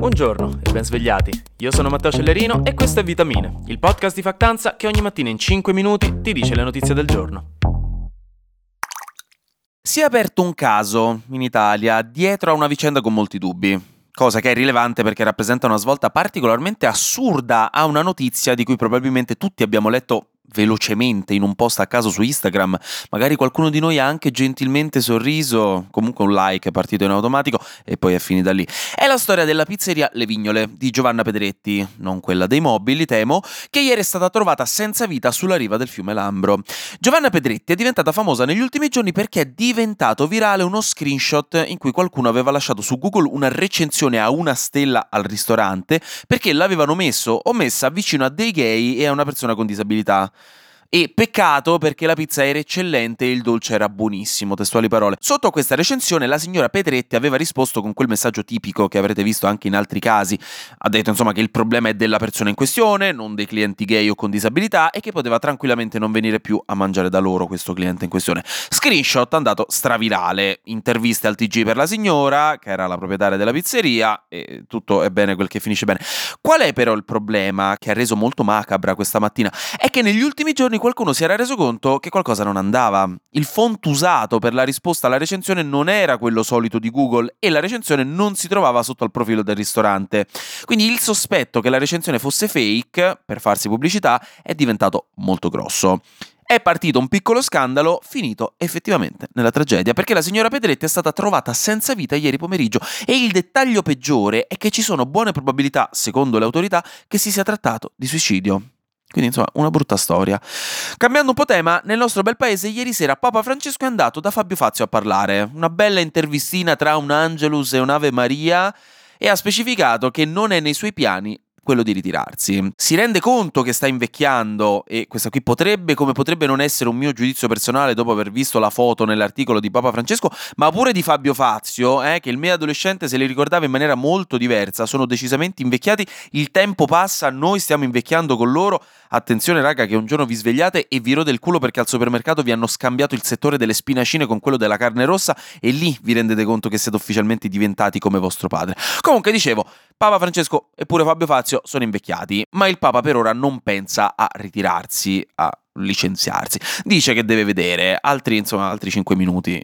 Buongiorno e ben svegliati. Io sono Matteo Cellerino e questo è Vitamine, il podcast di Factanza che ogni mattina in 5 minuti ti dice le notizie del giorno. Si è aperto un caso in Italia dietro a una vicenda con molti dubbi, cosa che è rilevante perché rappresenta una svolta particolarmente assurda a una notizia di cui probabilmente tutti abbiamo letto velocemente in un post a caso su Instagram. Magari qualcuno di noi ha anche gentilmente sorriso, comunque un like è partito in automatico e poi è finita lì. È la storia della pizzeria Le Vignole di Giovanna Pedretti, non quella dei mobili, temo, che ieri è stata trovata senza vita sulla riva del fiume Lambro. Giovanna Pedretti è diventata famosa negli ultimi giorni perché è diventato virale uno screenshot in cui qualcuno aveva lasciato su Google una recensione a 1 stella al ristorante perché l'avevano messo o messa vicino a dei gay e a una persona con disabilità. E peccato perché la pizza era eccellente e il dolce era buonissimo, testuali parole. Sotto a questa recensione la signora Pedretti aveva risposto con quel messaggio tipico che avrete visto anche in altri casi. Ha detto insomma che il problema è della persona in questione, non dei clienti gay o con disabilità, e che poteva tranquillamente non venire più a mangiare da loro questo cliente in questione. Screenshot andato stravirale, interviste al TG per la signora, che era la proprietaria della pizzeria, e tutto è bene quel che finisce bene. Qual è però il problema che ha reso molto macabra questa mattina? È che negli ultimi giorni qualcuno si era reso conto che qualcosa non andava. Il font usato per la risposta alla recensione non era quello solito di Google e la recensione non si trovava sotto al profilo del ristorante. Quindi il sospetto che la recensione fosse fake per farsi pubblicità è diventato molto grosso. È partito un piccolo scandalo, finito effettivamente nella tragedia, perché la signora Pedretti è stata trovata senza vita ieri pomeriggio e il dettaglio peggiore è che ci sono buone probabilità, secondo le autorità, che si sia trattato di suicidio. Quindi insomma una brutta storia. Cambiando un po' tema, nel nostro bel paese ieri sera Papa Francesco è andato da Fabio Fazio a parlare. Una bella intervistina tra un Angelus e un'Ave Maria, e ha specificato che non è nei suoi piani quello di ritirarsi. Si rende conto che sta invecchiando, e questa qui potrebbe, come potrebbe non essere un mio giudizio personale dopo aver visto la foto nell'articolo di Papa Francesco, ma pure di Fabio Fazio, che il mio adolescente se li ricordava in maniera molto diversa. Sono decisamente invecchiati, il tempo passa, noi stiamo invecchiando con loro. Attenzione raga, che un giorno vi svegliate e vi rode il culo perché al supermercato vi hanno scambiato il settore delle spinacine con quello della carne rossa e lì vi rendete conto che siete ufficialmente diventati come vostro padre. Comunque dicevo, Papa Francesco e pure Fabio Fazio sono invecchiati, ma il Papa per ora non pensa a ritirarsi, a licenziarsi. Dice che deve vedere altri 5 minuti.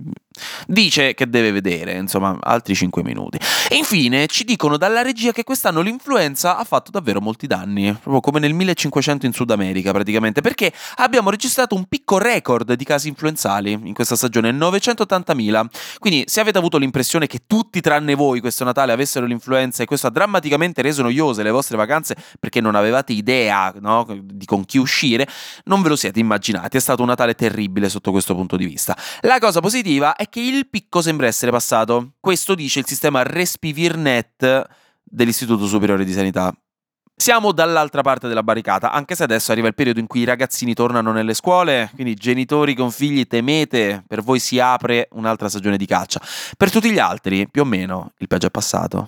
Dice che deve vedere, insomma, altri 5 minuti. E infine ci dicono dalla regia che quest'anno l'influenza ha fatto davvero molti danni, proprio come nel 1500 in Sud America praticamente, perché abbiamo registrato un picco record di casi influenzali in questa stagione, 980.000. Quindi se avete avuto l'impressione che tutti tranne voi questo Natale avessero l'influenza e questo ha drammaticamente reso noiose le vostre vacanze perché non avevate idea, no, di con chi uscire, non ve lo siete immaginati, è stato un Natale terribile sotto questo punto di vista. La cosa positiva è che il picco sembra essere passato. Questo dice il sistema Respivirnet dell'Istituto Superiore di Sanità. Siamo dall'altra parte della barricata, anche se adesso arriva il periodo in cui i ragazzini tornano nelle scuole, quindi genitori con figli temete, per voi si apre un'altra stagione di caccia. Per tutti gli altri, più o meno, il peggio è passato.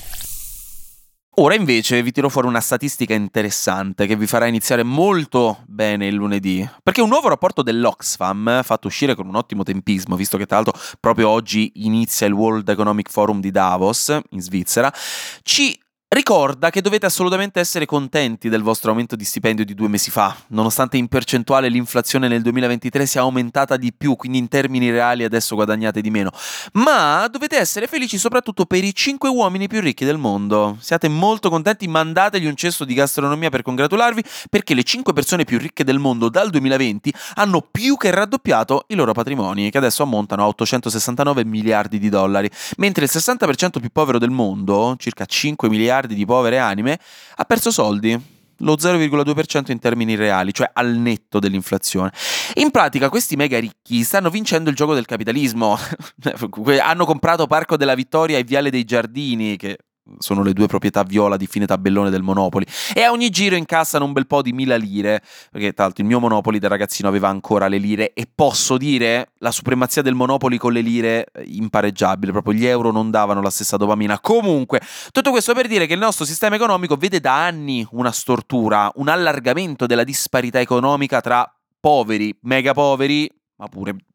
Ora invece vi tiro fuori una statistica interessante che vi farà iniziare molto bene il lunedì, perché un nuovo rapporto dell'Oxfam, fatto uscire con un ottimo tempismo, visto che tra l'altro proprio oggi inizia il World Economic Forum di Davos, in Svizzera, ci ricorda che dovete assolutamente essere contenti del vostro aumento di stipendio di 2 mesi fa, nonostante in percentuale l'inflazione nel 2023 sia aumentata di più, quindi in termini reali adesso guadagnate di meno. Ma dovete essere felici soprattutto per i 5 uomini più ricchi del mondo. Siate molto contenti, mandategli un cesto di gastronomia per congratularvi, perché le 5 persone più ricche del mondo dal 2020 hanno più che raddoppiato i loro patrimoni, che adesso ammontano a 869 miliardi di dollari, mentre il 60% più povero del mondo, circa 5 miliardi di povere anime, ha perso soldi, lo 0,2% in termini reali, cioè al netto dell'inflazione. In pratica questi mega ricchi stanno vincendo il gioco del capitalismo. Hanno comprato Parco della Vittoria e Viale dei Giardini, che sono le 2 proprietà viola di fine tabellone del Monopoly, e a ogni giro incassano un bel po' di 1000 lire, perché tra l'altro il mio Monopoly da ragazzino aveva ancora le lire, e posso dire la supremazia del Monopoly con le lire impareggiabile, proprio gli euro non davano la stessa dopamina. Comunque, tutto questo per dire che il nostro sistema economico vede da anni una stortura, un allargamento della disparità economica tra poveri, mega poveri, ma pure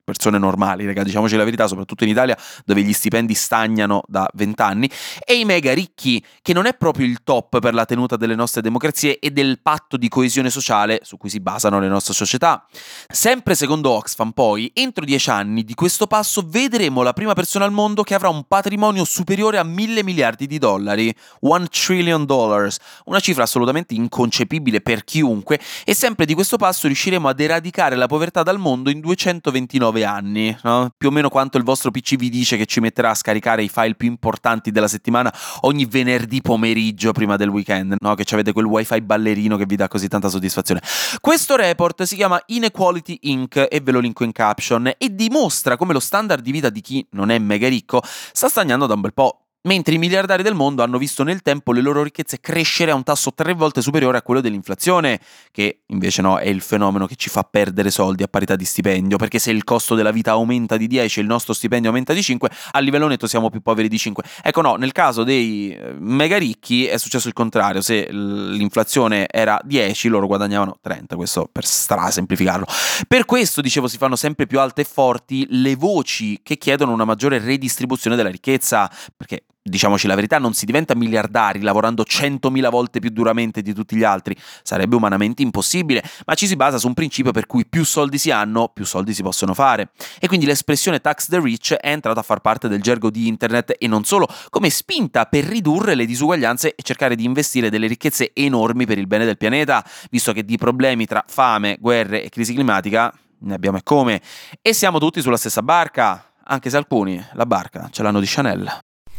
persone normali, raga, diciamoci la verità, soprattutto in Italia dove gli stipendi stagnano da 20 anni, e i mega ricchi, che non è proprio il top per la tenuta delle nostre democrazie e del patto di coesione sociale su cui si basano le nostre società. Sempre secondo Oxfam, poi, entro 10 anni di questo passo vedremo la prima persona al mondo che avrà un patrimonio superiore a 1.000 miliardi di dollari, $1 trillion, una cifra assolutamente inconcepibile per chiunque, e sempre di questo passo riusciremo ad eradicare la povertà dal mondo in 229 anni, no? Più o meno quanto il vostro PC vi dice che ci metterà a scaricare i file più importanti della settimana ogni venerdì pomeriggio prima del weekend, no? Che avete quel wifi ballerino che vi dà così tanta soddisfazione. Questo report si chiama Inequality Inc. e ve lo linko in caption, e dimostra come lo standard di vita di chi non è mega ricco sta stagnando da un bel po', mentre i miliardari del mondo hanno visto nel tempo le loro ricchezze crescere a un tasso 3 volte superiore a quello dell'inflazione, che invece no, è il fenomeno che ci fa perdere soldi a parità di stipendio, perché se il costo della vita aumenta di 10 e il nostro stipendio aumenta di 5, a livello netto siamo più poveri di 5. Ecco, no, nel caso dei mega ricchi è successo il contrario: se l'inflazione era 10, loro guadagnavano 30, questo per semplificarlo. Per questo, dicevo, si fanno sempre più alte e forti le voci che chiedono una maggiore redistribuzione della ricchezza, perché diciamoci la verità, non si diventa miliardari lavorando 100.000 volte più duramente di tutti gli altri, sarebbe umanamente impossibile, ma ci si basa su un principio per cui più soldi si hanno, più soldi si possono fare. E quindi l'espressione tax the rich è entrata a far parte del gergo di internet, e non solo, come spinta per ridurre le disuguaglianze e cercare di investire delle ricchezze enormi per il bene del pianeta, visto che di problemi tra fame, guerre e crisi climatica ne abbiamo e come, e siamo tutti sulla stessa barca, anche se alcuni la barca ce l'hanno di Chanel.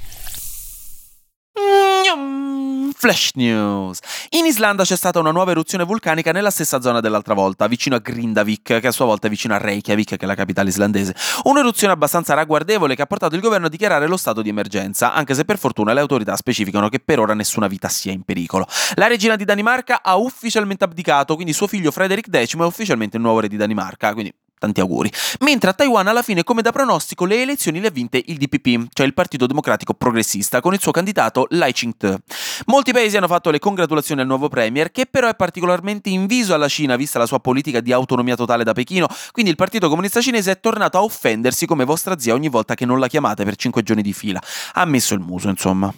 Flash News. In Islanda c'è stata una nuova eruzione vulcanica nella stessa zona dell'altra volta, vicino a Grindavik, che a sua volta è vicino a Reykjavik, che è la capitale islandese. Un'eruzione abbastanza ragguardevole che ha portato il governo a dichiarare lo stato di emergenza, anche se per fortuna le autorità specificano che per ora nessuna vita sia in pericolo. La regina di Danimarca ha ufficialmente abdicato, quindi suo figlio Frederik X è ufficialmente il nuovo re di Danimarca, quindi tanti auguri. Mentre a Taiwan alla fine, come da pronostico, le elezioni le ha vinte il DPP, cioè il Partito Democratico Progressista, con il suo candidato Lai Ching-te. Molti paesi hanno fatto le congratulazioni al nuovo premier, che però è particolarmente inviso alla Cina vista la sua politica di autonomia totale da Pechino, quindi il Partito Comunista Cinese è tornato a offendersi come vostra zia ogni volta che non la chiamate per 5 giorni di fila. Ha messo il muso, insomma.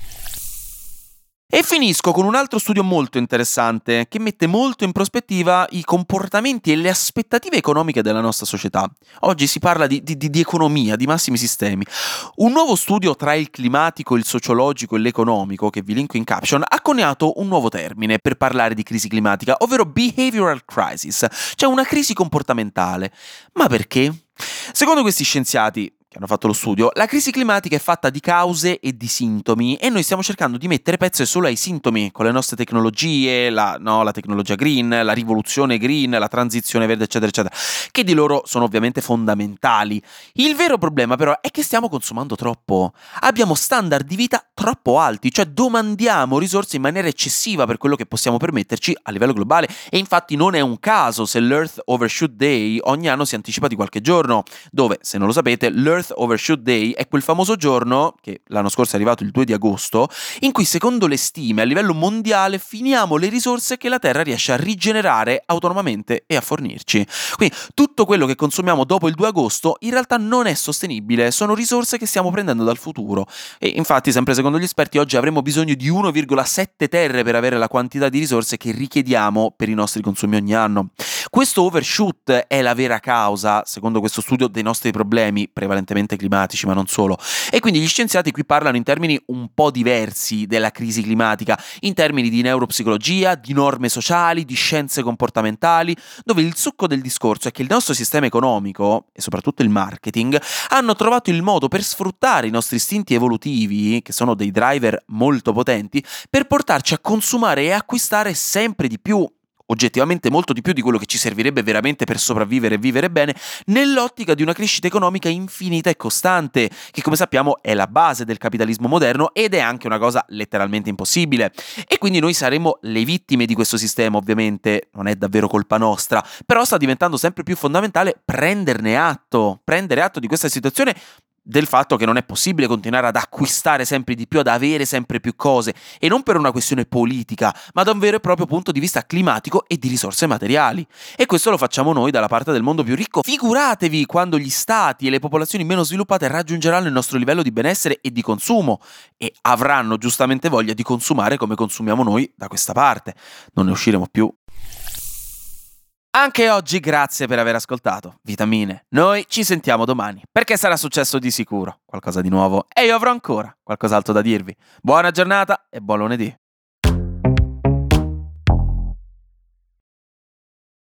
E finisco con un altro studio molto interessante che mette molto in prospettiva i comportamenti e le aspettative economiche della nostra società. Oggi si parla di economia, di massimi sistemi. Un nuovo studio tra il climatico, il sociologico e l'economico, che vi linko in caption, ha coniato un nuovo termine per parlare di crisi climatica, ovvero behavioral crisis, cioè una crisi comportamentale. Ma perché? Secondo questi scienziati che hanno fatto lo studio, la crisi climatica è fatta di cause e di sintomi, e noi stiamo cercando di mettere pezze solo ai sintomi con le nostre tecnologie, la tecnologia green, la rivoluzione green, la transizione verde, eccetera, eccetera, che di loro sono ovviamente fondamentali. Il vero problema però è che stiamo consumando troppo. Abbiamo standard di vita troppo alti, cioè domandiamo risorse in maniera eccessiva per quello che possiamo permetterci a livello globale, e infatti non è un caso se l'Earth Overshoot Day ogni anno si anticipa di qualche giorno, dove, se non lo sapete, l'Earth Overshoot Day è quel famoso giorno, che l'anno scorso è arrivato il 2 di agosto, in cui secondo le stime a livello mondiale finiamo le risorse che la Terra riesce a rigenerare autonomamente e a fornirci. Quindi tutto quello che consumiamo dopo il 2 agosto in realtà non è sostenibile, sono risorse che stiamo prendendo dal futuro. E infatti, sempre secondo gli esperti, oggi avremo bisogno di 1,7 terre per avere la quantità di risorse che richiediamo per i nostri consumi ogni anno. Questo overshoot è la vera causa, secondo questo studio, dei nostri problemi, prevalentemente climatici, ma non solo. E quindi gli scienziati qui parlano in termini un po' diversi della crisi climatica, in termini di neuropsicologia, di norme sociali, di scienze comportamentali, dove il succo del discorso è che il nostro sistema economico, e soprattutto il marketing, hanno trovato il modo per sfruttare i nostri istinti evolutivi, che sono dei driver molto potenti, per portarci a consumare e acquistare sempre di più, oggettivamente molto di più di quello che ci servirebbe veramente per sopravvivere e vivere bene, nell'ottica di una crescita economica infinita e costante, che come sappiamo è la base del capitalismo moderno ed è anche una cosa letteralmente impossibile. E quindi noi saremo le vittime di questo sistema, ovviamente, non è davvero colpa nostra, però sta diventando sempre più fondamentale prendere atto di questa situazione del fatto che non è possibile continuare ad acquistare sempre di più, ad avere sempre più cose, e non per una questione politica, ma da un vero e proprio punto di vista climatico e di risorse materiali. E questo lo facciamo noi dalla parte del mondo più ricco. Figuratevi quando gli stati e le popolazioni meno sviluppate raggiungeranno il nostro livello di benessere e di consumo e avranno giustamente voglia di consumare come consumiamo noi da questa parte. Non ne usciremo più. Anche oggi grazie per aver ascoltato Vitamine. Noi ci sentiamo domani, perché sarà successo di sicuro qualcosa di nuovo e io avrò ancora qualcos'altro da dirvi. Buona giornata e buon lunedì.